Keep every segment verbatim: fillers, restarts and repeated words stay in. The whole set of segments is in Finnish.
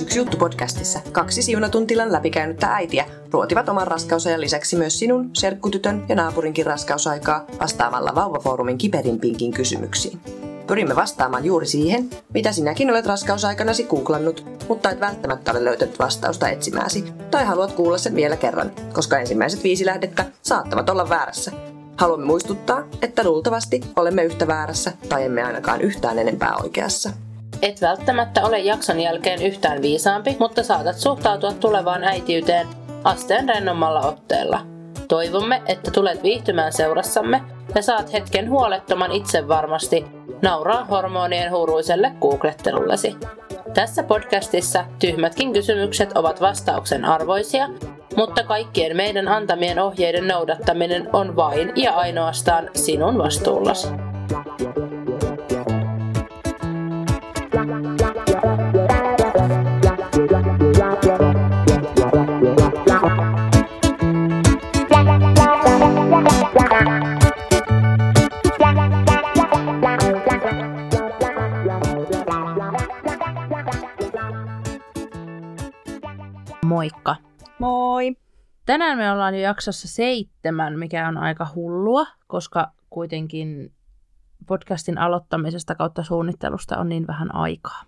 Yksi juttu podcastissa kaksi siunatun tilan läpikäynyttä äitiä ruotivat oman raskausajan lisäksi myös sinun, serkkutytön ja naapurinkin raskausaikaa vastaamalla Vauvafoorumin kiperimpiinkin kysymyksiin. Pyrimme vastaamaan juuri siihen, mitä sinäkin olet raskausaikanasi googlannut, mutta et välttämättä ole löytänyt vastausta etsimääsi, tai haluat kuulla sen vielä kerran, koska ensimmäiset viisi lähdettä saattavat olla väärässä. Haluamme muistuttaa, että luultavasti olemme yhtä väärässä, tai emme ainakaan yhtään enempää oikeassa. Et välttämättä ole jakson jälkeen yhtään viisaampi, mutta saatat suhtautua tulevaan äitiyteen asteen rennommalla otteella. Toivomme, että tulet viihtymään seurassamme ja saat hetken huolettoman itsevarmasti nauraa hormonien huuruiselle googlettelullesi. Tässä podcastissa tyhmätkin kysymykset ovat vastauksen arvoisia, mutta kaikkien meidän antamien ohjeiden noudattaminen on vain ja ainoastaan sinun vastuullasi. Moikka. Moi! Tänään me ollaan jo jaksossa seitsemän, mikä on aika hullua, koska kuitenkin podcastin aloittamisesta kautta suunnittelusta on niin vähän aikaa.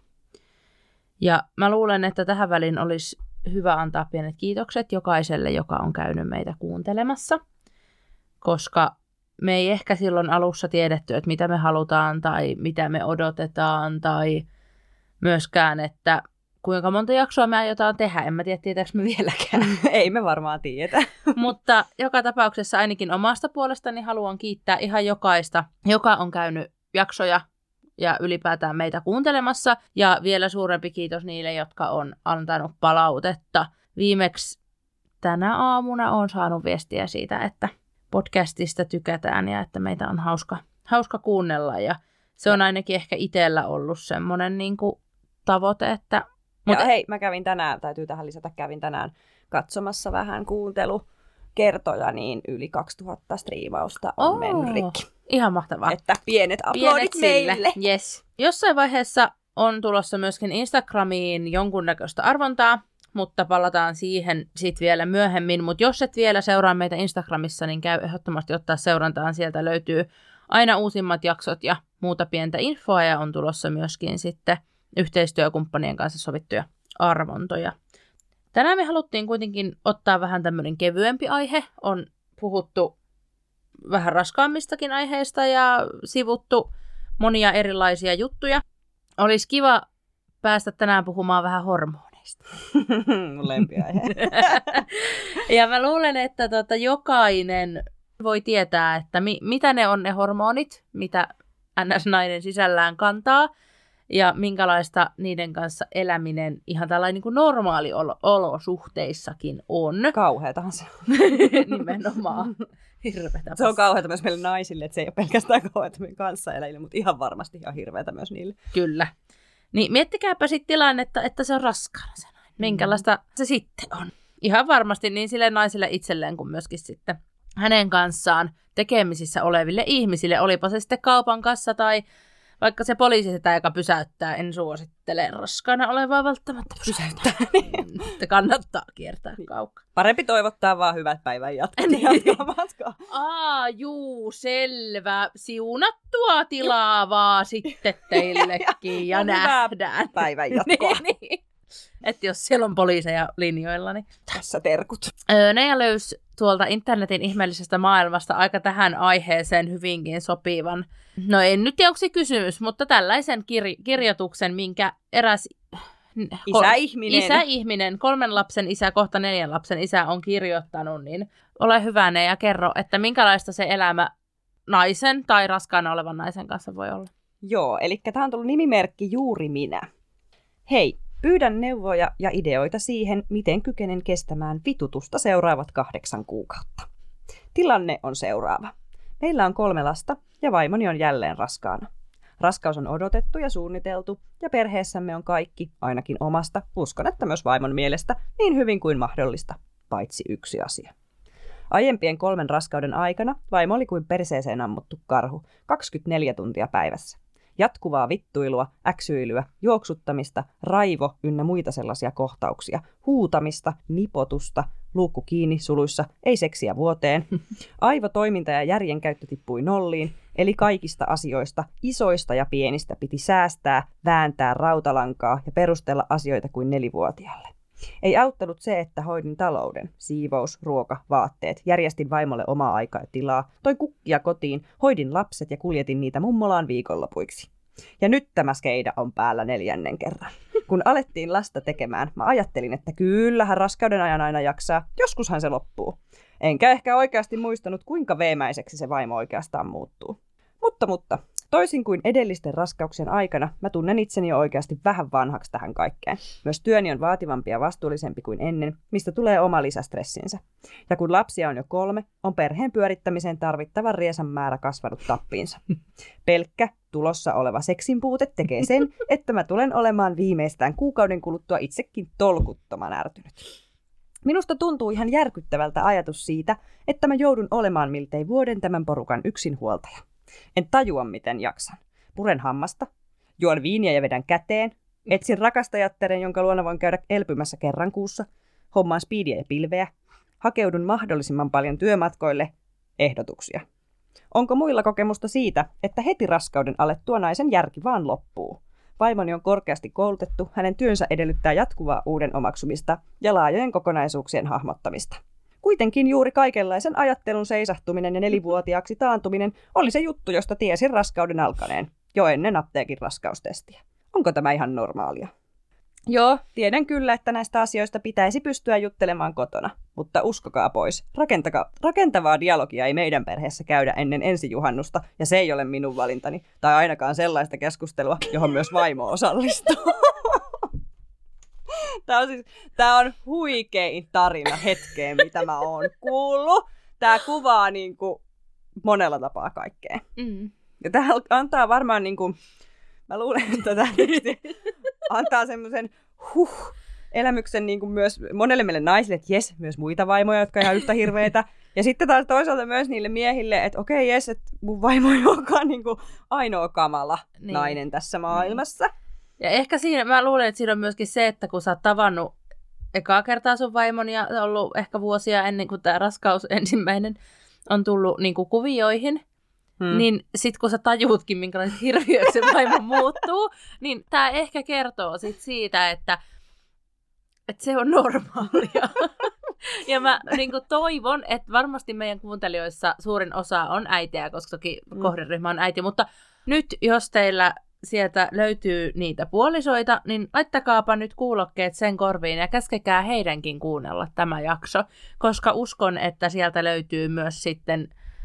Ja mä luulen, että tähän väliin olisi hyvä antaa pienet kiitokset jokaiselle, joka on käynyt meitä kuuntelemassa, koska me ei ehkä silloin alussa tiedetty, että mitä me halutaan tai mitä me odotetaan tai myöskään, että kuinka monta jaksoa me aiotaan tehdä. En mä tiedä, tietääkö me vieläkään. Ei me varmaan tiedetä. Mutta joka tapauksessa ainakin omasta puolestani haluan kiittää ihan jokaista, joka on käynyt jaksoja ja ylipäätään meitä kuuntelemassa. Ja vielä suurempi kiitos niille, jotka on antanut palautetta. Viimeksi tänä aamuna olen saanut viestiä siitä, että podcastista tykätään ja että meitä on hauska, hauska kuunnella. Ja se on ainakin ehkä itsellä ollut semmoinen niin kuin tavoite, että Mutta hei, mä kävin tänään, täytyy tähän lisätä, kävin tänään katsomassa vähän kuuntelukertoja, niin yli kaksituhatta striimausta on Oo, mennyt rikki. Ihan mahtavaa. Että pienet aplodit meille. Yes. Jossain vaiheessa on tulossa myöskin Instagramiin jonkunnäköistä arvontaa, mutta palataan siihen sitten vielä myöhemmin. Mutta jos et vielä seuraa meitä Instagramissa, niin käy ehdottomasti ottaa seurantaan. Sieltä löytyy aina uusimmat jaksot ja muuta pientä infoa ja on tulossa myöskin sitten yhteistyökumppanien kanssa sovittuja arvontoja. Tänään me haluttiin kuitenkin ottaa vähän tämmöinen kevyempi aihe. On puhuttu vähän raskaammistakin aiheista ja sivuttu monia erilaisia juttuja. Olisi kiva päästä tänään puhumaan vähän hormoneista. Mun lempiaihe. Ja mä luulen, että tota, jokainen voi tietää, että mi- mitä ne on ne hormonit, mitä N S-nainen sisällään kantaa. Ja minkälaista niiden kanssa eläminen ihan tällainen niin kuin normaali olo- olosuhteissakin on. Kauheatahan se on. Nimenomaan. Hirveätä. Se on kauheata myös meille naisille, että se ei ole pelkästään kauheata meidän kanssaeläjille, mutta ihan varmasti ihan hirveätä myös niille. Kyllä. Niin miettikääpä sitten tilannetta, että se on raskaana se nainen. Minkälaista mm. se sitten on. Ihan varmasti niin sille naisille itselleen kuin myöskin sitten hänen kanssaan tekemisissä oleville ihmisille. Olipa se sitten kaupan kassa tai vaikka se poliisi sitä, joka pysäyttää, en suosittele raskaana olevaa välttämättä pysäyttää. Että kannattaa kiertää kaukaa. Parempi toivottaa vaan hyvät päivän jatkot ja jatkaa matkaa. Aa, juu, selvä. Siunattua tilaa vaan sitten teillekin ja, ja nähdään. Päivän jatkoa. niin, niin. Että jos siellä on poliiseja linjoilla, niin tässä terkut. Neija löysi tuolta internetin ihmeellisestä maailmasta aika tähän aiheeseen hyvinkin sopivan. No en nyt tiedä, onko se kysymys, mutta tällaisen kir- kirjoituksen, minkä eräs isäihminen. isäihminen, kolmen lapsen isä, kohta neljän lapsen isä on kirjoittanut, niin ole hyvänä ja kerro, että minkälaista se elämä naisen tai raskaana olevan naisen kanssa voi olla. Joo, eli tämä on tullut nimimerkki Juuri minä. Hei. Pyydän neuvoja ja ideoita siihen, miten kykenen kestämään vitutusta seuraavat kahdeksan kuukautta. Tilanne on seuraava. Meillä on kolme lasta ja vaimoni on jälleen raskaana. Raskaus on odotettu ja suunniteltu ja perheessämme on kaikki, ainakin omasta, uskon että myös vaimon mielestä, niin hyvin kuin mahdollista, paitsi yksi asia. Aiempien kolmen raskauden aikana vaimo oli kuin perseeseen ammuttu karhu kaksikymmentäneljä tuntia päivässä. Jatkuvaa vittuilua, äksyilyä, juoksuttamista, raivo ynnä muita sellaisia kohtauksia, huutamista, nipotusta, luukku kiinni suluissa, ei seksiä vuoteen. Aivotoiminta ja järjenkäyttö tippui nolliin, eli kaikista asioista, isoista ja pienistä, piti säästää, vääntää rautalankaa ja perustella asioita kuin nelivuotiaalle. Ei auttanut se, että hoidin talouden, siivous, ruoka, vaatteet, järjestin vaimolle omaa aikaa ja tilaa, toin kukkia kotiin, hoidin lapset ja kuljetin niitä mummolaan viikonlopuiksi. Ja nyt tämä skeida on päällä neljännen kerran. Kun alettiin lasta tekemään, mä ajattelin, että kyllähän raskauden ajan aina jaksaa, joskushan se loppuu. Enkä ehkä oikeasti muistanut, kuinka veemäiseksi se vaimo oikeastaan muuttuu. Mutta, mutta, toisin kuin edellisten raskauksien aikana, mä tunnen itseni jo oikeasti vähän vanhaksi tähän kaikkeen. Myös työni on vaativampi ja vastuullisempi kuin ennen, mistä tulee oma lisästressinsä. Ja kun lapsia on jo kolme, on perheen pyörittämiseen tarvittava riesan määrä kasvanut tappiinsa. Pelkkä tulossa oleva seksin puute tekee sen, että mä tulen olemaan viimeistään kuukauden kuluttua itsekin tolkuttoman ärtynyt. Minusta tuntuu ihan järkyttävältä ajatus siitä, että mä joudun olemaan miltei vuoden tämän porukan yksinhuoltaja. En tajua, miten jaksan. Puren hammasta, juon viiniä ja vedän käteen, etsin rakastajattaren, jonka luona voin käydä elpymässä kerran kuussa, hommaan speediä ja pilveä, hakeudun mahdollisimman paljon työmatkoille, ehdotuksia. Onko muilla kokemusta siitä, että heti raskauden alettua naisen järki vaan loppuu? Vaimoni on korkeasti koulutettu, hänen työnsä edellyttää jatkuvaa uuden omaksumista ja laajojen kokonaisuuksien hahmottamista. Kuitenkin juuri kaikenlaisen ajattelun seisahtuminen ja nelivuotiaaksi taantuminen oli se juttu, josta tiesin raskauden alkaneen, jo ennen apteekin raskaustestiä. Onko tämä ihan normaalia? Joo, tiedän kyllä, että näistä asioista pitäisi pystyä juttelemaan kotona, mutta uskokaa pois. Rakentaka, rakentavaa dialogia ei meidän perheessä käydä ennen ensijuhannusta, ja se ei ole minun valintani, tai ainakaan sellaista keskustelua, johon myös vaimo osallistuu. Tämä on, siis, tämä on huikein tarina hetkeen, mitä mä oon kuullut. Tämä kuvaa niin kuin monella tapaa kaikkea. Mm. Ja tämä antaa varmaan, niin kuin, mä luulen, että tämä antaa semmoisen huh, elämyksen niin kuin myös monelle meille naisille, että jes, myös muita vaimoja, jotka on ihan yhtä hirveitä. Ja sitten taas toisaalta myös niille miehille, että okei, jes, että mun vaimo ei olekaan niin kuin ainoa kamala niin. nainen tässä maailmassa. Niin. Ja ehkä siinä, mä luulen, että siinä on myöskin se, että kun sä oot tavannut ekaa kertaa sun vaimon ja ollut ehkä vuosia ennen kuin tämä raskaus ensimmäinen on tullut niin kuin kuvioihin, hmm. niin sit kun sä tajuutkin, minkälainen hirviöksi se vaimo muuttuu, niin tää ehkä kertoo sit siitä, että, että se on normaalia. Ja mä niin kuin toivon, että varmasti meidän kuuntelijoissa suurin osa on äitejä, koska toki hmm. kohderyhmä on äiti, mutta nyt jos teillä sieltä löytyy niitä puolisoita, niin laittakaapa nyt kuulokkeet sen korviin ja käskekää heidänkin kuunnella tämä jakso, koska uskon, että sieltä löytyy myös sitten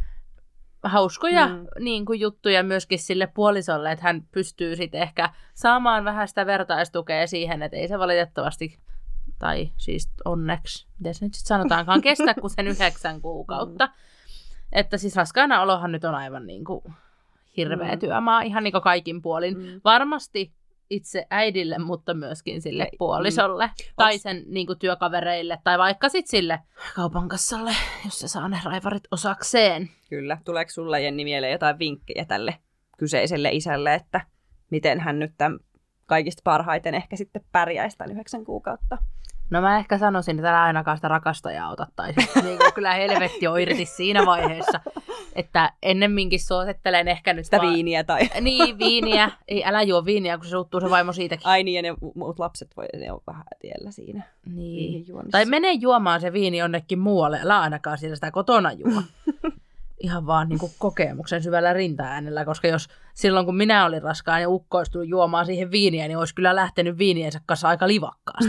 hauskoja mm. niin kuin juttuja myöskin sille puolisolle, että hän pystyy sitten ehkä saamaan vähän sitä vertaistukea siihen, että ei se valitettavasti, tai siis onneksi, miten se nyt sitten sanotaankaan, kestä kuin sen yhdeksän kuukautta. Mm. Että siis raskaana olohan nyt on aivan niin kuin hirveä mm. työmaa, ihan niin kuin kaikin puolin. Mm. Varmasti itse äidille, mutta myöskin sille Ei, puolisolle. Mm. Tai Oks... sen niin kuin työkavereille, tai vaikka sitten sille kaupan kassalle, jos se saa ne raivarit osakseen. Kyllä. Tuleeko sulla, Jenni, mieleen jotain vinkkejä tälle kyseiselle isälle, että miten hän nyt tämän kaikista parhaiten ehkä sitten pärjäisi tämän yhdeksän kuukautta? No mä ehkä sanoisin, että älä ainakaan sitä rakastajaa ota, tai niin kyllä helvetti on irti siinä vaiheessa, että ennemminkin suosittelen ehkä nyt sitä vaan... viiniä tai... Niin, viiniä. Ei, älä juo viiniä, kun se suuttuu se vaimo siitäkin. Ai niin, ja ne muut lapset voi, ne on vähän tiellä siinä niin. Tai mene juomaan se viini jonnekin muualle, älä ainakaan siellä sitä kotona juo. Ihan vaan niin kuin kokemuksen syvällä rintaäänellä, koska jos silloin kun minä olin raskaan ja ukko olisi tullut juomaan siihen viiniä, niin olisi kyllä lähtenyt viiniensä kanssa aika livakkaasti.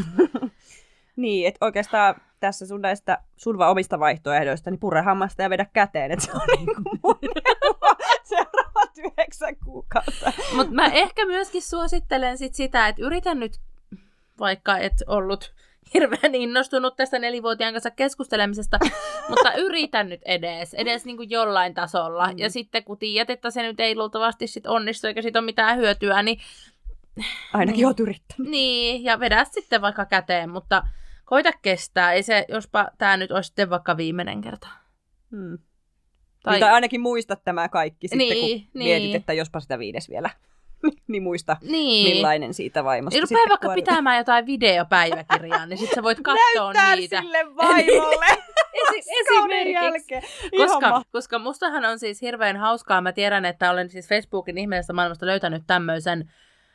Niin, että oikeastaan tässä sun näistä sun vaan omista vaihtoehdoista, niin pure hammasta ja vedä käteen, että se on niin kuin mun seuraavat yhdeksän kuukautta. Mutta mä ehkä myöskin suosittelen sit sitä, että yritän nyt, vaikka et ollut hirveän innostunut tästä nelivuotiaan kanssa keskustelemisesta, mutta yritän nyt edes, edes niin kuin jollain tasolla. Mm. Ja sitten kun tiedät, että se nyt ei luultavasti sit onnistu eikä siitä ole mitään hyötyä, niin... Ainakin niin, oot yrittänyt. Niin, ja vedä sitten vaikka käteen, mutta koita kestää. Ei se, jospa tämä nyt olisi sitten vaikka viimeinen kerta. Hmm. Tai... tai ainakin muista tämä kaikki sitten, niin, kun niin. mietit, että jospa sitä viides vielä. niin muista, niin. millainen siitä vaimosta. Niin rupea vaikka pitämään jotain videopäiväkirjaa, niin sitten sä voit katsoa näyttää niitä. sille vaimolle. Esi- esimerkiksi. Koska, koska mustahan on siis hirveän hauskaa. Mä tiedän, että olen siis Facebookin ihmeellisestä maailmasta löytänyt tämmöisen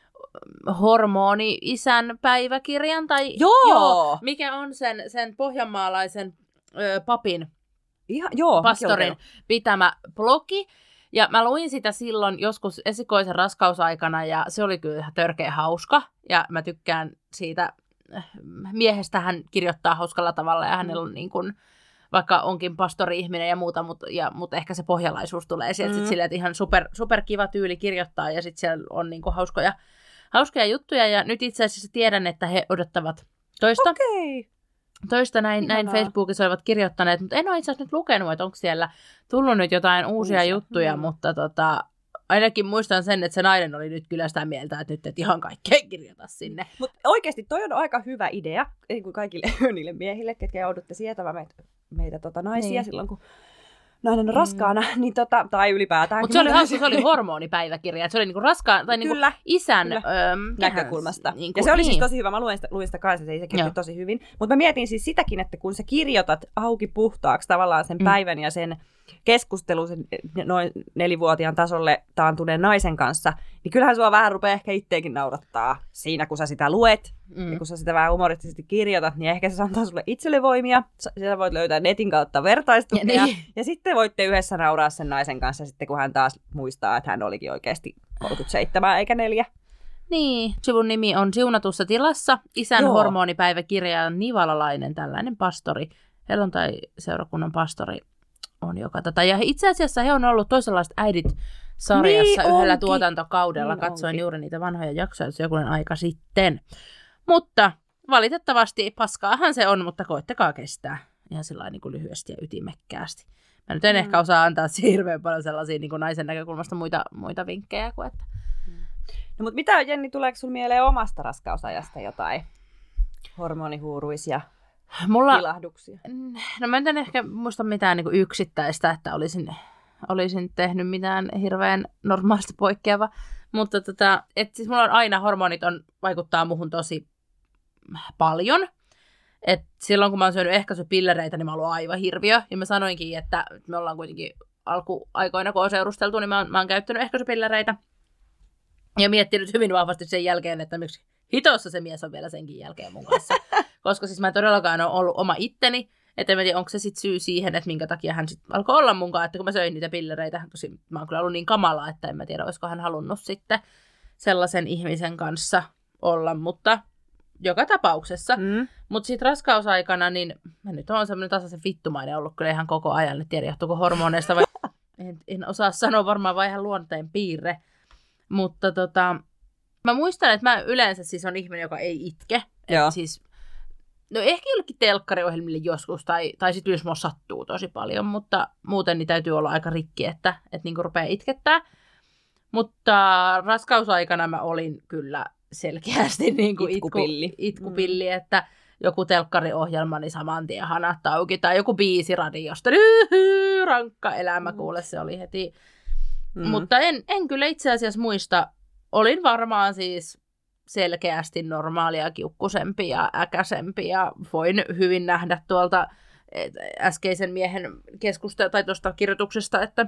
hormoni-isän päiväkirjan. Tai, joo. joo! Mikä on sen, sen pohjanmaalaisen ö, papin, Ihan, joo, pastorin pitämä blogi. Ja mä luin sitä silloin joskus esikoisen raskausaikana ja se oli kyllä ihan törkeä hauska. Ja mä tykkään siitä miehestä, hän kirjoittaa hauskalla tavalla ja hänellä on niin kuin, vaikka onkin pastori-ihminen ja muuta, mutta, ja, mutta ehkä se pohjalaisuus tulee sieltä mm. sit silleen, että ihan super, super kiva tyyli kirjoittaa ja sitten siellä on niin kuin hauskoja, hauskoja juttuja. Ja nyt itse asiassa tiedän, että he odottavat toista. Okei. Toista näin, näin Facebookissa olivat kirjoittaneet, mutta en ole itse asiassa nyt lukenut, että onko siellä tullut nyt jotain uusia Uusia. juttuja, mm. mutta tota, ainakin muistan sen, että se nainen oli nyt kyllä sitä mieltä, että nyt et ihan kaikkea kirjoita sinne. Mutta oikeasti toi on aika hyvä idea kaikille niille miehille, ketkä joudutte sietämään meitä, meitä tota naisia niin. silloin, kun nainen on raskaana, mm. niin tota, tai ylipäätään. Mutta se oli hauska, se oli hormonipäiväkirja, että se oli niinku raskaan, tai niinku kyllä, isän kyllä. Öö, näkökulmasta. Niinku, ja se oli niin. siis tosi hyvä, mä luin sitä, luin sitä kanssa, se kirjoitti tosi hyvin. Mutta mä mietin siis sitäkin, että kun sä kirjoitat auki puhtaaksi tavallaan sen mm. päivän ja sen keskustelun sen noin nelivuotiaan tasolle taantuneen naisen kanssa, niin kyllähän sua vähän rupeaa ehkä itseäkin naurattaa siinä, kun sä sitä luet. Mm. Ja kun sä sitä vähän humoristisesti kirjoitat, niin ehkä se antaa sulle itselle voimia. Sä voit löytää netin kautta vertaistukea. Ja, niin. ja sitten voitte yhdessä nauraa sen naisen kanssa, sitten kun hän taas muistaa, että hän olikin oikeasti kolmekymmentäseitsemän eikä neljä. Niin, sivun nimi on Siunatussa tilassa. Isän Joo. hormonipäiväkirja on nivalalainen tällainen pastori. Hellontai-seurakunnan pastori on joka tätä. Ja itse asiassa he on ollut toisenlaiset äidit-sarjassa niin yhdellä tuotantokaudella. Niin Katsoin onkin. juuri niitä vanhoja jaksoja jokunen aika sitten. Mutta valitettavasti paskaahan se on, mutta koittakaa kestää ihan sellainen niin kuin lyhyesti ja ytimekkäästi. Mä nyt en mm. ehkä osaa antaa hirveän paljon sellaisia niin kuin naisen näkökulmasta muita, muita vinkkejä kuin että... No mutta mitä, Jenni, tuleeko sinulle mieleen omasta raskausajasta jotain hormonihuuruisia Mulla... kilahduksia? No mä en ehkä muista mitään niin kuin yksittäistä, että olisin, olisin tehnyt mitään hirveän normaalista poikkeava. Mutta tota, et siis mulla on aina hormonit on, vaikuttaa muhun tosi paljon. Et silloin kun mä oon syönyt ehkäisypillereitä, niin mä oon ollut aivan hirviö. Ja mä sanoinkin, että me ollaan kuitenkin alkuaikoina, kun on seurusteltu, niin mä oon, mä oon käyttänyt ehkäisypillereitä. Ja miettinyt hyvin vahvasti sen jälkeen, että miksi hitossa se mies on vielä senkin jälkeen mun kanssa. Koska siis mä en todellakaan ole ollut oma itteni. Että en tiedä, onko se sitten syy siihen, että minkä takia hän sitten alkoi olla munkaan, että kun mä söin niitä pillereitä, tosi mä oon kyllä ollut niin kamala, että en mä tiedä, olisiko hän halunnut sitten sellaisen ihmisen kanssa olla, mutta joka tapauksessa. Mm. Mutta sitten raskausaikana, niin mä nyt oon semmoinen tasaisen vittumainen ollut kyllä ihan koko ajan, en tiedä, johtuuko hormoneista vai en, en osaa sanoa, varmaan vai ihan luonteen piirre. Mutta tota, mä muistan, että mä yleensä siis on ihminen, joka ei itke. Että siis no ehkä jollekin telkkariohjelmille joskus, tai, tai sitten jos mua sattuu tosi paljon, mutta muuten niin täytyy olla aika rikki, että, että niinku rupeaa itkettää. Mutta raskausaikana mä olin kyllä selkeästi niinku itkupilli, itku, itkupilli mm. että joku telkkariohjelma, niin saman tien hanat auki, tai joku biisi radiosta, Nyhy, rankka elämä, kuule se oli heti. Mm. Mutta en, en kyllä itse asiassa muista, olin varmaan siis selkeästi normaalia, kiukkusempi ja äkäsempi ja voin hyvin nähdä tuolta äskeisen miehen keskusta tai tuosta kirjoituksesta, että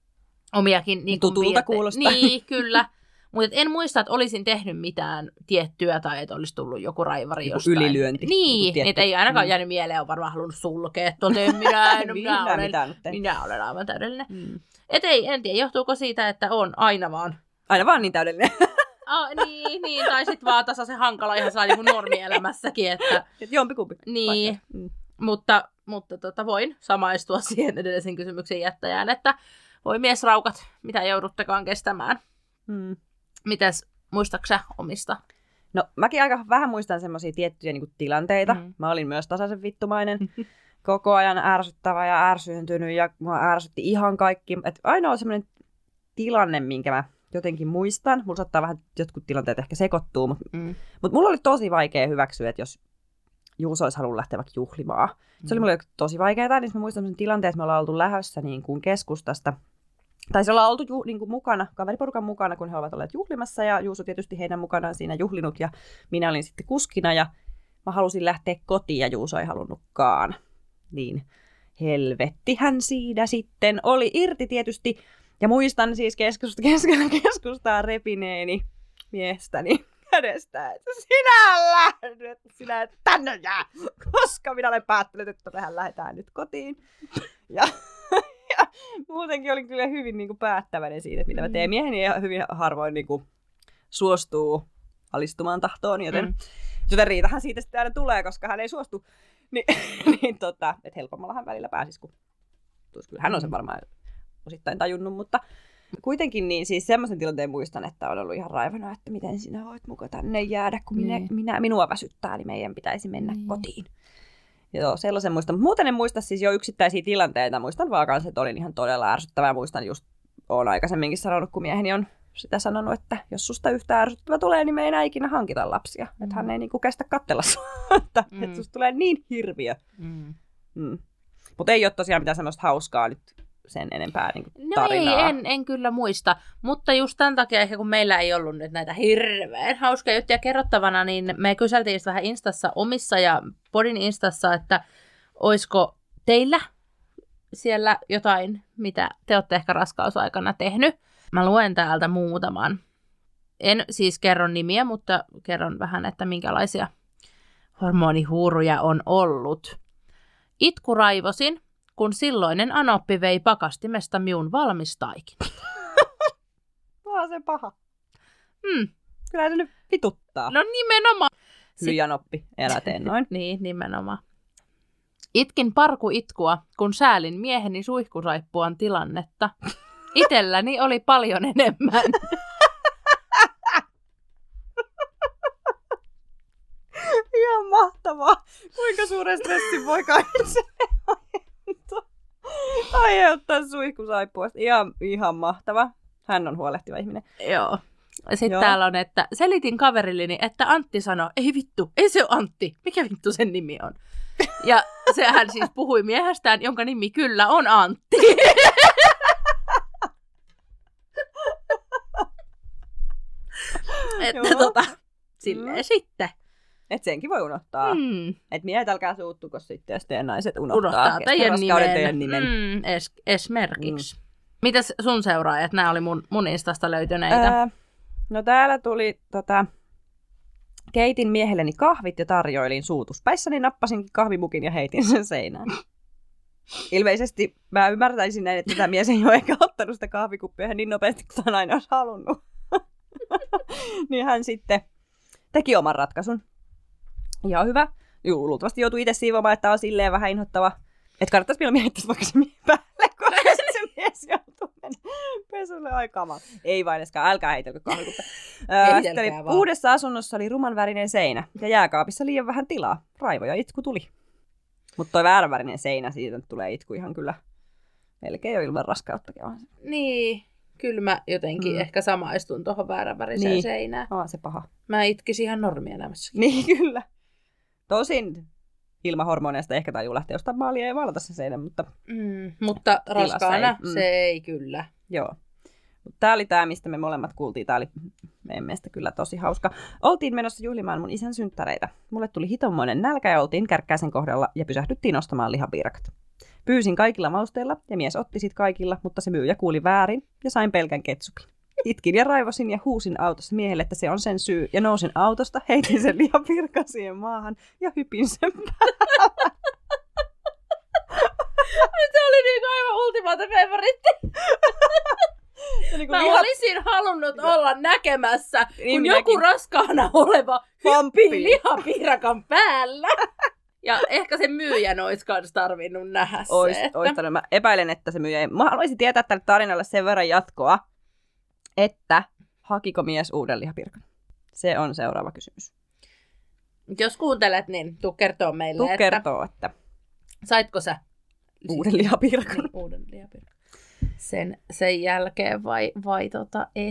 omiakin niin tutulta piirte- kuulostaa. Niin, kyllä. Mutta en muista, että olisin tehnyt mitään tiettyä tai että olisi tullut joku raivari joku jostain. Ylilyönti. Niin, että ei ainakaan mm. jäänyt mieleen, on varmaan halunnut sulkea tuolta, minä, en, minä, olen, minä olen aivan täydellinen. Mm. Et ei, en tiedä, johtuuko siitä, että on aina vaan. Aina vaan niin täydellinen. Oh, niin, niin, tai sitten vaan tasaisen hankala ihan saa niin normielämässäkin. Että... Et jompikumpi. Niin, mm. mutta, mutta tota, voin samaistua siihen edellisen kysymyksen jättäjään, että voi miesraukat, mitä jouduttekaan kestämään. Mm. Mitäs, muistatko sä omista? No mäkin aika vähän muistan semmoisia tiettyjä niin kuin tilanteita. Mm. Mä olin myös tasaisen vittumainen. Koko ajan ärsyttävä ja ärsyyntynyt ja mua ärsytti ihan kaikki. Et ainoa semmoinen tilanne, minkä mä jotenkin muistan. Mulla saattaa vähän jotkut tilanteet ehkä sekoittuu, mutta mm. mut mulla oli tosi vaikea hyväksyä, että jos Juuso olisi halunnut lähteä vaikka juhlimaan. Mm. Se oli mulle tosi vaikeaa, niin mä muistan sen tilanteen, että me ollaan oltu lähdössä niin kuin keskustasta taisi olla oltu ju, niin kuin mukana, kaveriporukan mukana, kun he ovat olleet juhlimassa, ja Juuso tietysti heidän mukanaan siinä juhlinut, ja minä olin sitten kuskina, ja mä halusin lähteä kotiin, ja Juuso ei halunnutkaan. Niin helvettihän siinä sitten oli irti tietysti, ja muistan siis keskusta, keskellä keskustaa repineeni miestäni kädestä, että sinä lähdet, sinä et tänne jää, koska minä olen päättänyt, että mehän lähdetään nyt kotiin. Ja, ja muutenkin olin kyllä hyvin niin kuin päättäväinen siitä, että mitä mä teen. Mieheni hyvin harvoin niin kuin suostuu alistumaan tahtoon, joten, mm. joten riitahan siitä sitten aina tulee, koska hän ei suostu. Ni, niin tota, että helpommalla hän välillä pääsisi, kun kyllä hän on sen varmaan osittain tajunnut, mutta kuitenkin niin siis semmoisen tilanteen muistan, että on ollut ihan raivana, että miten sinä voit muka tänne jäädä, kun minä, niin. minä, minua väsyttää, niin meidän pitäisi mennä niin. kotiin. Joo, sellaisen muistan. Muuten en muista siis jo yksittäisiä tilanteita. Muistan vaan kanssa, että olin ihan todella ärsyttävää. Muistan just, olen aikaisemminkin sanonut, kun mieheni on sitä sanonut, että jos susta yhtä ärsyttävä tulee, niin me ei enää ikinä hankita lapsia. Mm. Että hän ei niinku kestä katsella sua, että mm. et susta tulee niin hirviö. Mm. Mm. Mutta ei ole tosiaan mitään semmoista hauskaa nyt sen enempää niin kuin tarinaa. No ei, en, en kyllä muista. Mutta just tämän takia, ehkä kun meillä ei ollut nyt näitä hirveän hauskoja juttuja kerrottavana, niin me kyseltiin vähän Instassa omissa ja Podin Instassa, että olisiko teillä siellä jotain, mitä te olette ehkä raskausaikana tehnyt. Mä luen täältä muutaman. En siis kerro nimiä, mutta kerron vähän, että minkälaisia hormonihuuruja on ollut. Itku raivosin, kun silloinen anoppi vei pakastimesta minun valmis taikin. Vaan se paha. Hmm. Kyllä se nyt vituttaa. No nimenomaan. Hyi anoppi, älä tee noin. Niin, nimenomaan. Itkin parku itkua, kun säälin mieheni suihkusaippuan tilannetta. Itelläni oli paljon enemmän. Ihan mahtavaa. Kuinka suuren stressin voi itselleen aiheuttaa suihkusaippuasta. Ihan, ihan mahtava. Hän on huolehtiva ihminen. Joo. Sitten Joo. täällä on, että selitin kaverilleni, että Antti sanoi, ei vittu, ei se ole Antti. Mikä vittu sen nimi on? Ja sehän siis puhui miehestään, jonka nimi kyllä on Antti. Että tota, silleen mm. sitten. Että senkin voi unohtaa. Mm. Että miehet älkää suuttuko sitten, jos teidän naiset unohtaa, unohtaa teidän nimen. teidän nimen. Mm, es, esimerkiksi. Mm. Mitäs sun seuraajat? Nämä oli mun, mun Instasta löytyneitä. Öö, no täällä tuli, tota, keitin miehelleni kahvit ja tarjoilin suutuspäissäni, nappasin kahvimukin ja heitin sen seinään. Ilmeisesti mä ymmärtäisin näin, että tämä mies ei ole ehkä ottanut sitä kahvikuppia niin nopeasti, kuin hän aina olisi halunnut. Niin hän sitten teki oman ratkaisun. Ihan hyvä. Juu, luultavasti joutuu itse siivoamaan, että on silleen vähän inhottava. Että kannattaisi vielä miehittää vaikka se miehen päälle, kun se mies joutuu mennä pesulle aikamaan. Ei vain eskaan, älkää heitelkö kahvikuppia. Uudessa asunnossa oli rumanvärinen seinä ja jääkaapissa liian vähän tilaa. Raivo ja itku tuli. Mutta toi vääränvärinen seinä, siitä tulee itku ihan kyllä melkein jo ilman raskauttakin. Niin. Kyllä mä jotenkin mm. ehkä samaistun tuohon vääränväriseen niin. seinään. On se paha. Mä itkisin ihan normielämässäkin. Niin, kyllä. Tosin ilman hormoneista ehkä tajuu lähteä jostain maalia ja maalata se seinä, mutta... Mm, mutta raskaana ei. Mm. Se ei kyllä. Joo. Tää oli tää, mistä me molemmat kuultiin. Tää oli meidän mielestä kyllä tosi hauska. Oltiin menossa juhlimaan mun isän synttäreitä. Mulle tuli hitommoinen nälkä ja oltiin Kärkkäisen kohdalla ja pysähdyttiin ostamaan lihapiirakat. Pyysin kaikilla mausteilla ja mies otti sit kaikilla, mutta se myyjä kuuli väärin ja sain pelkän ketsupin. Itkin ja raivosin ja huusin autossa miehelle, että se on sen syy ja nousin autosta, heitin sen lihapirkan siihen maahan ja hypin sen päällä. Se oli niin aivan ultimate favoritti. Niin mä liha... olisin halunnut olla näkemässä, niin kun minäkin. Joku raskaana oleva hyppii lihapiirakan päällä. Ja ehkä se myyjän olisi myös tarvinnut nähdä se. Ois, että... ois mä epäilen, että se myyjä ei... Mä haluaisin tietää tälle tarinalle sen verran jatkoa, että hakiko mies uuden lihapirkan? Se on seuraava kysymys. Jos kuuntelet, niin tuu kertoo meille, tuu että... kertoo, että... Saitko sä? Uuden lihapirkan. Niin, uuden lihapirkan. Sen, sen jälkeen vai, vai tota et?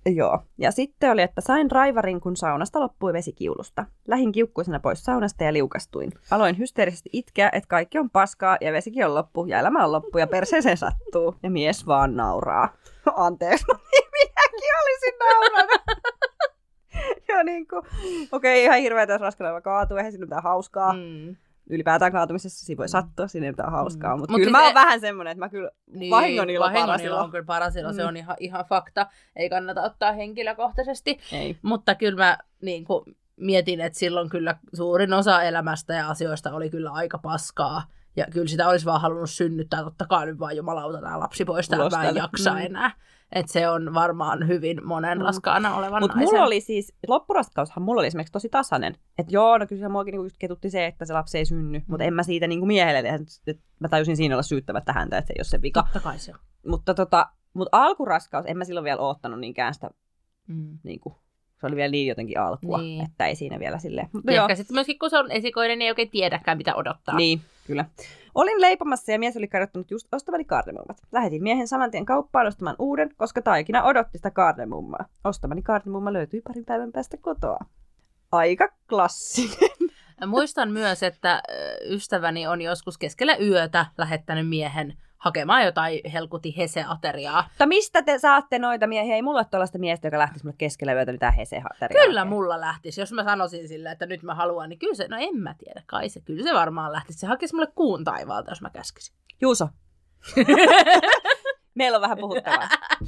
Joo. Ja sitten oli, että sain raivarin, kun saunasta loppui vesikiulusta. Lähin kiukkuisena pois saunasta ja liukastuin. Aloin hysteerisesti itkeä, että kaikki on paskaa ja vesikin on loppu ja elämä on loppu ja perseeseen sattuu. Ja mies vaan nauraa. Anteeksi, minäkin olisin naurannut. Ja niin kuin, okei, okay, ihan hirveä, jos raskana kaatuu, eihän siinä mitään hauskaa. Mm. Ylipäätään kaatumisessa siinä voi sattua, siinä ei mitään hauskaa. Mm. Mutta Mut kyllä siis mä oon e... vähän semmoinen, että mä kyllä niin, vahingon ilo parasilo. on kyllä parasilo, mm. se on ihan, ihan fakta. Ei kannata ottaa henkilökohtaisesti. Ei. Mutta kyllä mä niin kuin, mietin, että silloin kyllä suurin osa elämästä ja asioista oli kyllä aika paskaa. Ja kyllä sitä olisi vaan halunnut synnyttää. Totta kai nyt vaan jumalauta tämä lapsi pois, täällä mä en jaksa mm. enää. Että se on varmaan hyvin monen mm. raskaana olevan Mut naisen. Mutta mulla oli siis, loppuraskaushan mulla oli esimerkiksi tosi tasainen. Että joo, no kyllä se muakin niinku ketutti se, että se lapsi ei synny. Mm. Mutta en mä siitä niinku miehelle tehdä. Mä tajusin siinä olla syyttämättä häntä, että se ei ole se vika. Totta kai se on. Mutta tota, mut alkuraskaus, en mä silloin vielä oottanut niinkään sitä, mm. niinku, se oli vielä niin jotenkin alkua, niin. Että ei siinä vielä silleen. Mutta ehkä sitten myöskin, kun se on esikoinen, niin ei oikein tiedäkään, mitä odottaa. Niin, kyllä. Olin leipomassa ja mies oli kadottanut just ostamani kaarnemummat. Lähetin miehen saman tien kauppaan ostamaan uuden, koska taikina odotti sitä kaarnemummaa. Ostamani kaarnemumma löytyi parin päivän päästä kotoa. Aika klassinen. Muistan myös, että ystäväni on joskus keskellä yötä lähettänyt miehen hakemaan jotain helkuti Hese-ateriaa. Mutta mistä te saatte noita miehiä? Ei mulla ole tuollaista miestä, joka lähtisi mulle keskellä yötä mitään Hese-ateriaa. Kyllä mulla lähtisi. Jos mä sanoisin sille, että nyt mä haluan, niin kyllä se, no en mä tiedä, kai se, kyllä se varmaan lähtisi. Se hakisi mulle kuun taivaalta, jos mä käskisin. Juuso. Meillä on vähän puhuttavaa.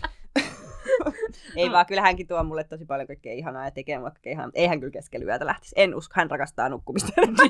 Ei vaan, kyllä hänkin tuo mulle tosi paljon kaikkea ihanaa ja tekee mulle kaikkea ihanaa. Ei hän kyllä keskellä yötä lähtisi. En usko, hän rakastaa nukkumista.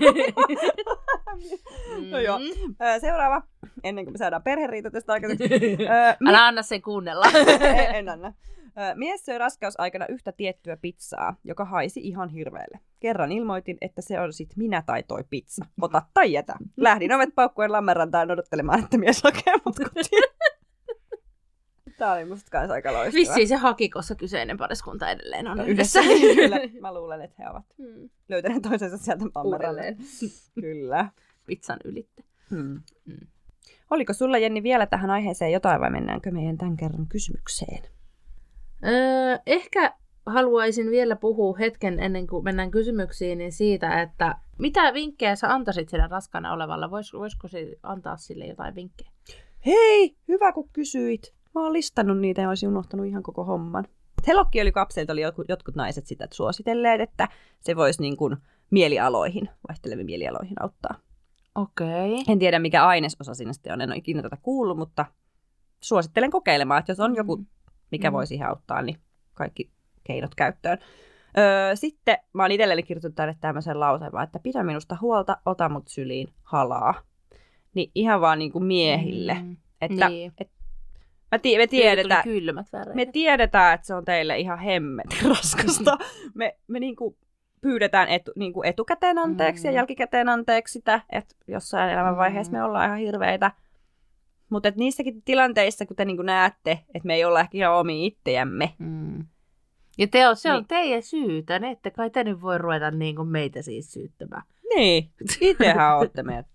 No joo. Seuraava, ennen kuin me saadaan perheriita tästä aikaiseksi. Älä anna sen kuunnella. en, en anna. Mies söi raskausaikana yhtä tiettyä pizzaa, joka haisi ihan hirveelle. Kerran ilmoitin, että se on sit minä tai toi pizza. Ota tai jätä. Lähdin ovet paukkuen Lammenrantaan odottelemaan, että mies hakee mut kotiin. Tämä oli musta kanssa aika loistava. Vissiin se haki, koska kyseinen pariskunta edelleen on no, yhdessä. Kyllä, mä luulen, että he ovat hmm. löytäneet toisensa sieltä Lammenrantaan. Kyllä. Pizzan ylitte. Hmm. Hmm. Oliko sulla, Jenni, vielä tähän aiheeseen jotain vai mennäänkö meidän tämän kerran kysymykseen? Öö, ehkä haluaisin vielä puhua hetken ennen kuin mennään kysymyksiin niin siitä, että mitä vinkkejä sä antaisit sille raskaana olevalle? Vois, voisiko se antaa sille jotain vinkkejä? Hei, hyvä kun kysyit. Mä oon listannut niitä ja olisin unohtanut ihan koko homman. Helokkiöljykapselit oli jotkut, jotkut naiset sitä suositelleet, että se voisi niin kuin mielialoihin, vaihteleviin mielialoihin auttaa. Okei. Okay. En tiedä, mikä ainesosa siinä sitten on, en ole ikinä tätä kuullut, mutta suosittelen kokeilemaan, että jos on joku, mikä mm. voi siihen auttaa, niin kaikki keinot käyttöön. Öö, sitten mä oon itselleni kirjoittanut tänne tämmöisen lauseen, että pidä minusta huolta, ota mut syliin, halaa. Niin ihan vaan niin kuin miehille. Mm. Että, niin. et, me, tie, me, tiedetään, me tiedetään, että se on teille ihan hemmetin raskasta. me me niin kuin pyydetään etu, niin kuin etukäteen anteeksi mm. ja jälkikäteen anteeksi sitä, että jossain elämänvaiheessa mm. me ollaan ihan hirveitä. Mutta niissäkin tilanteissa, kun te niin kuin näette, että me ei olla ehkä ihan omia itseämme. Mm. Ja te on, se on niin. Teidän syytä, ne ette kai te nyt voi ruveta niin kuin meitä siis syyttämään. Niin, itsehän olette meidät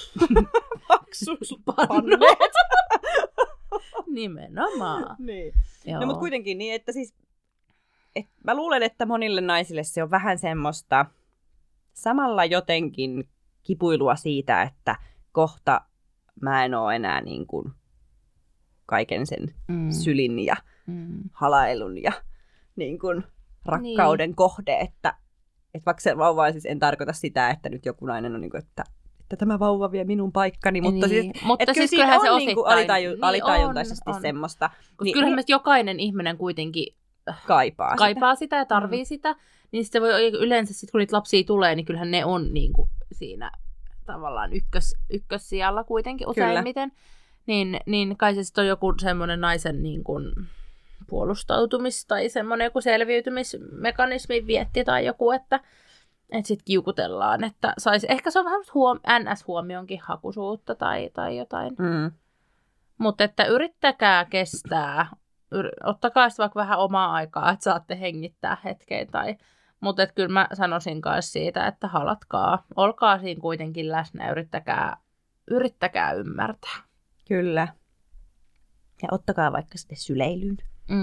maksuspanneet. Nimenomaan. Niin. No mutta kuitenkin niin, että siis et mä luulen, että monille naisille se on vähän semmoista samalla jotenkin kipuilua siitä, että kohta mä en oo enää niin kuin kaiken sen mm. sylin ja mm. halailun ja niin kuin rakkauden niin. kohde, että, että vaikka se vauva siis en tarkoita sitä, että nyt joku nainen on niin kuin, että että tämä vauva vie minun paikkani, mutta niin. siis, mutta että siis kyllä siinä on se niin kuin alitaju, niin alitajuntaisesti on, on. semmoista. Niin, kyllähän niin, jokainen ihminen kuitenkin kaipaa, kaipaa sitä. sitä ja tarvii mm. sitä, niin sitten voi yleensä, sit, kun niitä lapsia tulee, niin kyllähän ne on niin kuin siinä tavallaan ykkös, ykkössijalla kuitenkin useimmiten. Niin, niin kai se sitten on joku semmoinen naisen niin kuin puolustautumis- tai semmoinen joku selviytymismekanismi vietti tai joku, että että sitten kiukutellaan, että saisi, ehkä se on vähän huom- N S-huomionkin hakuisuutta tai, tai jotain. Mm. Mutta että yrittäkää kestää, Yr- ottakaa sitten vaikka vähän omaa aikaa, että saatte hengittää hetkeä. Tai... Mutta kyllä mä sanoisin myös siitä, että halatkaa, olkaa siinä kuitenkin läsnä ja yrittäkää, yrittäkää ymmärtää. Kyllä. Ja ottakaa vaikka sitten syleilyyn. Mm.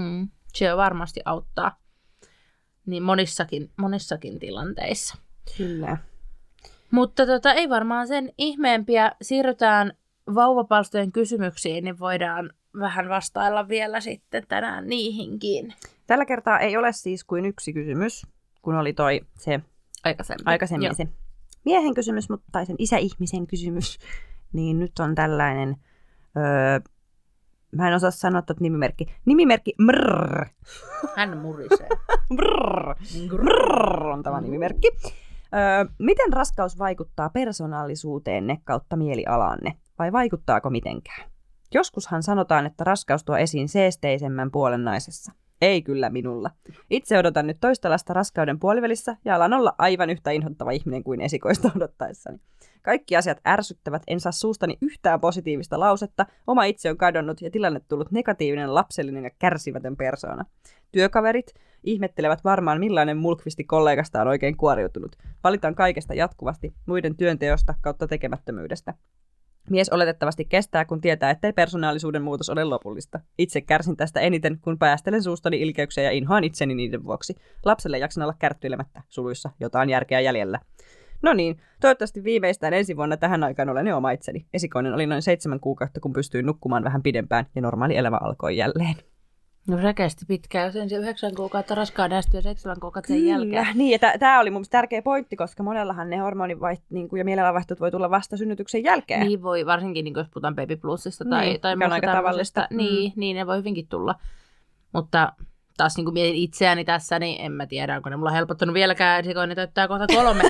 Se varmasti auttaa niin monissakin, monissakin tilanteissa. Kyllä. Mutta tota, ei varmaan sen ihmeempiä. Siirrytään vauvapalstojen kysymyksiin, niin voidaan vähän vastailla vielä sitten tänään niihinkin. Tällä kertaa ei ole siis kuin yksi kysymys, kun oli toi se Aikaisemmin, aikaisemmin se miehen kysymys, mutta, tai sen isäihmisen kysymys. Niin nyt on tällainen, öö, mä en osaa sanoa tuota nimimerkki. Nimimerkki mrrr. Hän murisee. Mrrr. Mrrr on tämä nimimerkki. Öö, miten raskaus vaikuttaa persoonallisuuteenne kautta mielialaanne, vai vaikuttaako mitenkään? Joskushan sanotaan, että raskaus tuo esiin seesteisemmän puolen naisessa. Ei kyllä minulla. Itse odotan nyt toista lasta raskauden puolivälissä ja alan olla aivan yhtä inhottava ihminen kuin esikoista odottaessani. Kaikki asiat ärsyttävät, en saa suustani yhtään positiivista lausetta, oma itse on kadonnut ja tilanne tullut negatiivinen, lapsellinen ja kärsivätön persoona. Työkaverit ihmettelevät varmaan millainen mulkvisti kollegasta on oikein kuoriutunut. Valitan kaikesta jatkuvasti, muiden työnteosta kautta tekemättömyydestä. Mies oletettavasti kestää, kun tietää, ettei persoonallisuuden muutos ole lopullista. Itse kärsin tästä eniten, kun päästelen suustani ilkeyksiä ja inhoan itseni niiden vuoksi. Lapselle jaksan olla kärttyilemättä, suluissa jotain järkeä jäljellä. No niin, toivottavasti viimeistään ensi vuonna tähän aikaan olen jo oma itseni. Esikoinen oli noin seitsemän kuukautta, kun pystyin nukkumaan vähän pidempään ja normaali elämä alkoi jälleen. No se kesti pitkään, jos ensin yhdeksän kuukautta raskaan näistä ja seitsemän kuukautta sen jälkeen. Niin, ja tämä oli mun mielestä tärkeä pointti, koska monellahan ne hormonivaiht niin ja mielialavaihtoehtot voi tulla vasta synnytyksen jälkeen. Niin voi, varsinkin niin jos puhutaan baby plusista tai, niin, tai muusta tämmöisestä. Niin, mm. niin ne voi hyvinkin tulla. Mutta taas niin kuin mietin itseäni tässä, niin en mä tiedä, onko ne mulla helpottanut vieläkään. Esikoinen täyttää kohta kolme.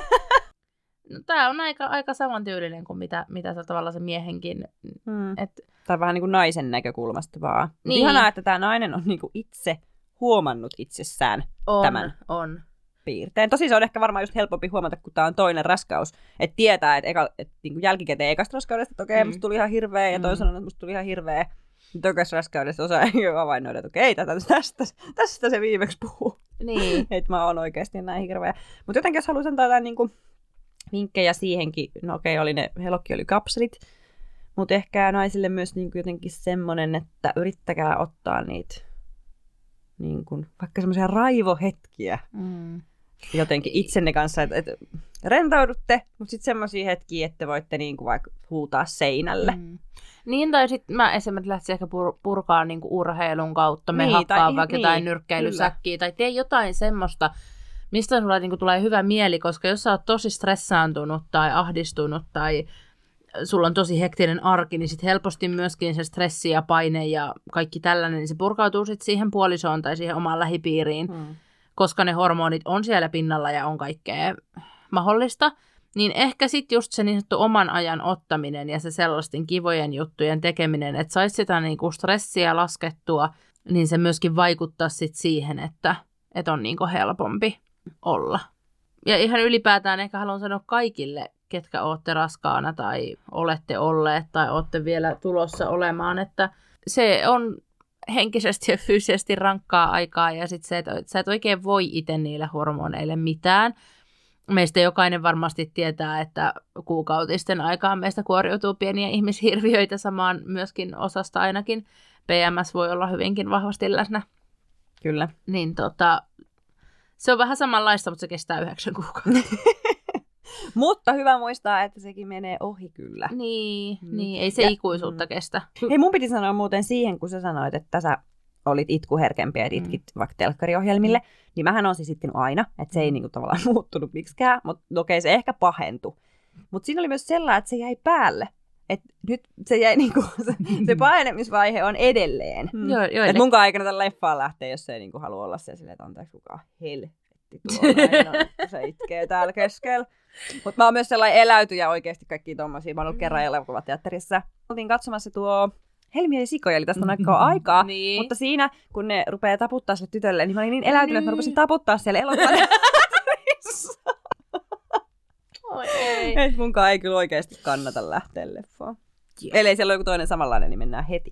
No, tämä on aika, aika samantyylinen kuin mitä, mitä se tavallaan se miehenkin. Hmm. Et, tai vähän niin kuin naisen näkökulmasta vaan. Niin. Ihanaa, että tämä nainen on niin kuin itse huomannut itsessään on, tämän on. piirteen. Tosi se on ehkä varmaan just helpompi huomata, kun tämä on toinen raskaus. Että tietää, että, eka, että niin kuin jälkikäteen ekasta raskaudesta, että okei, okay, mm. musta tuli ihan hirveä, ja toisaalta, että musta tuli ihan hirveä. Toisessa raskaudessa osaa havainnoida, että okei, okay, tästä, tästä se viimeksi puhuu. Niin. Että mä oon oikeasti näin hirveä. Mutta jotenkin jos haluaisin antaa jotain niin kuin vinkkejä siihenkin, no okei, okay, oli ne, helokki oli kapselit, mutta ehkä naisille myös niin kuin jotenkin semmoinen, että yrittäkää ottaa niitä niin kuin, vaikka semmoisia raivohetkiä mm. jotenkin itsenne kanssa, että, että rentoudutte, mutta sitten semmoisia hetkiä, että voitte niin kuin vaikka huutaa seinälle. Mm. Niin, tai sitten mä esimerkiksi lähtisin ehkä pur- purkaa niin kuin urheilun kautta, me niin, hakkaa vaikka niin, jotain nyrkkeilysäkkiä, tai tee jotain semmoista, mistä sulla niin kuin tulee hyvä mieli, koska jos sä oot tosi stressaantunut tai ahdistunut tai sulla on tosi hektinen arki, niin sit helposti myöskin se stressi ja paine ja kaikki tällainen, niin se purkautuu sit siihen puolisoon tai siihen omaan lähipiiriin, hmm. koska ne hormonit on siellä pinnalla ja on kaikkea mahdollista. Niin ehkä sitten just se niin sanottu oman ajan ottaminen ja se sellaisten kivojen juttujen tekeminen, että saisi sitä niinku stressiä laskettua, niin se myöskin vaikuttaa sit siihen, että, että on niinku helpompi olla. Ja ihan ylipäätään ehkä haluan sanoa kaikille, ketkä olette raskaana tai olette olleet tai olette vielä tulossa olemaan, että se on henkisesti ja fyysisesti rankkaa aikaa ja sitten se, että sä et oikein voi itse niille hormoneille mitään. Meistä jokainen varmasti tietää, että kuukautisten aikaan meistä kuoriutuu pieniä ihmishirviöitä samaan myöskin osasta ainakin. P M S voi olla hyvinkin vahvasti läsnä. Kyllä. Niin tota, se on vähän samanlaista, mutta se kestää yhdeksän kuukautta. Mutta hyvä muistaa, että sekin menee ohi kyllä. Niin, mm. niin ei se ja, ikuisuutta mm. kestä. Hei, mun piti sanoa muuten siihen, kun sä sanoit, että sä olit itkuherkempiä, että itkit mm. vaikka telkkariohjelmille, mm. niin mähän on siis itkenyt aina, että se ei niinku tavallaan muuttunut miksikään, mutta okei, se ehkä pahentui. Mutta siinä oli myös sellainen, että se jäi päälle. Että nyt se jäi niinku, se, se pahenemisvaihe on edelleen. Mm. Jo, että munkaan aikana tämän leffaan lähtee, jos se ei niinku halua olla se silleen, että antaisi kukaan helvetti tuolla, no, se itkee täällä keskellä. Mutta mä oon myös sellainen eläytyjä oikeasti kaikkia tommosia. Mä oon ollut kerran elokuvateatterissa. Oltiin katsomassa tuo Helmiä ja sikoja, eli tästä on aika aikaa. Niin. Mutta siinä, kun ne rupeaa taputtaa sille tytölle, niin mä olin niin eläytynyt, että mä rupesin taputtaa siellä elokuvateatterissa. Oi ei. Et munkaan ei kyllä oikeasti kannata lähteä leffaan. Yes. Ellei siellä ole joku toinen samanlainen, niin mennään heti.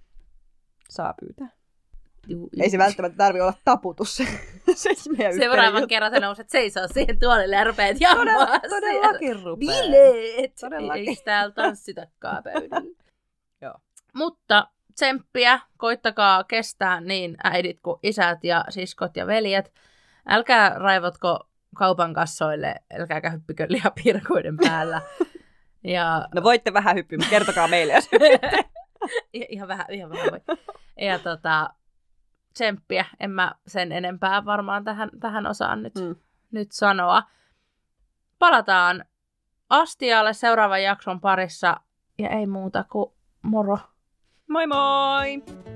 Saa pyytää. Juu, juu. Ei se välttämättä tarvitse olla taputus. se Seuraavan kerran sä nouset seisoo siihen tuolille ja rupeat jammaa. Todella, todellakin rupeaa. Bileet! Todellakin. Ei täällä tanssitakaan pöydällä. Joo. Mutta tsemppiä, koittakaa kestää niin äidit kuin isät ja siskot ja veljet. Älkää raivotko kaupan kassoille, älkääkä hyppikö lihapiirakoiden päällä. Ja... No voitte vähän hyppiä, mutta kertokaa meille, jos ihan vähän, ihan vähän voi. Ja tota, tsemppiä, en mä sen enempää varmaan tähän, tähän osaan nyt, mm. nyt sanoa. Palataan astialle seuraavan jakson parissa ja ei muuta kuin moro. Moi moi!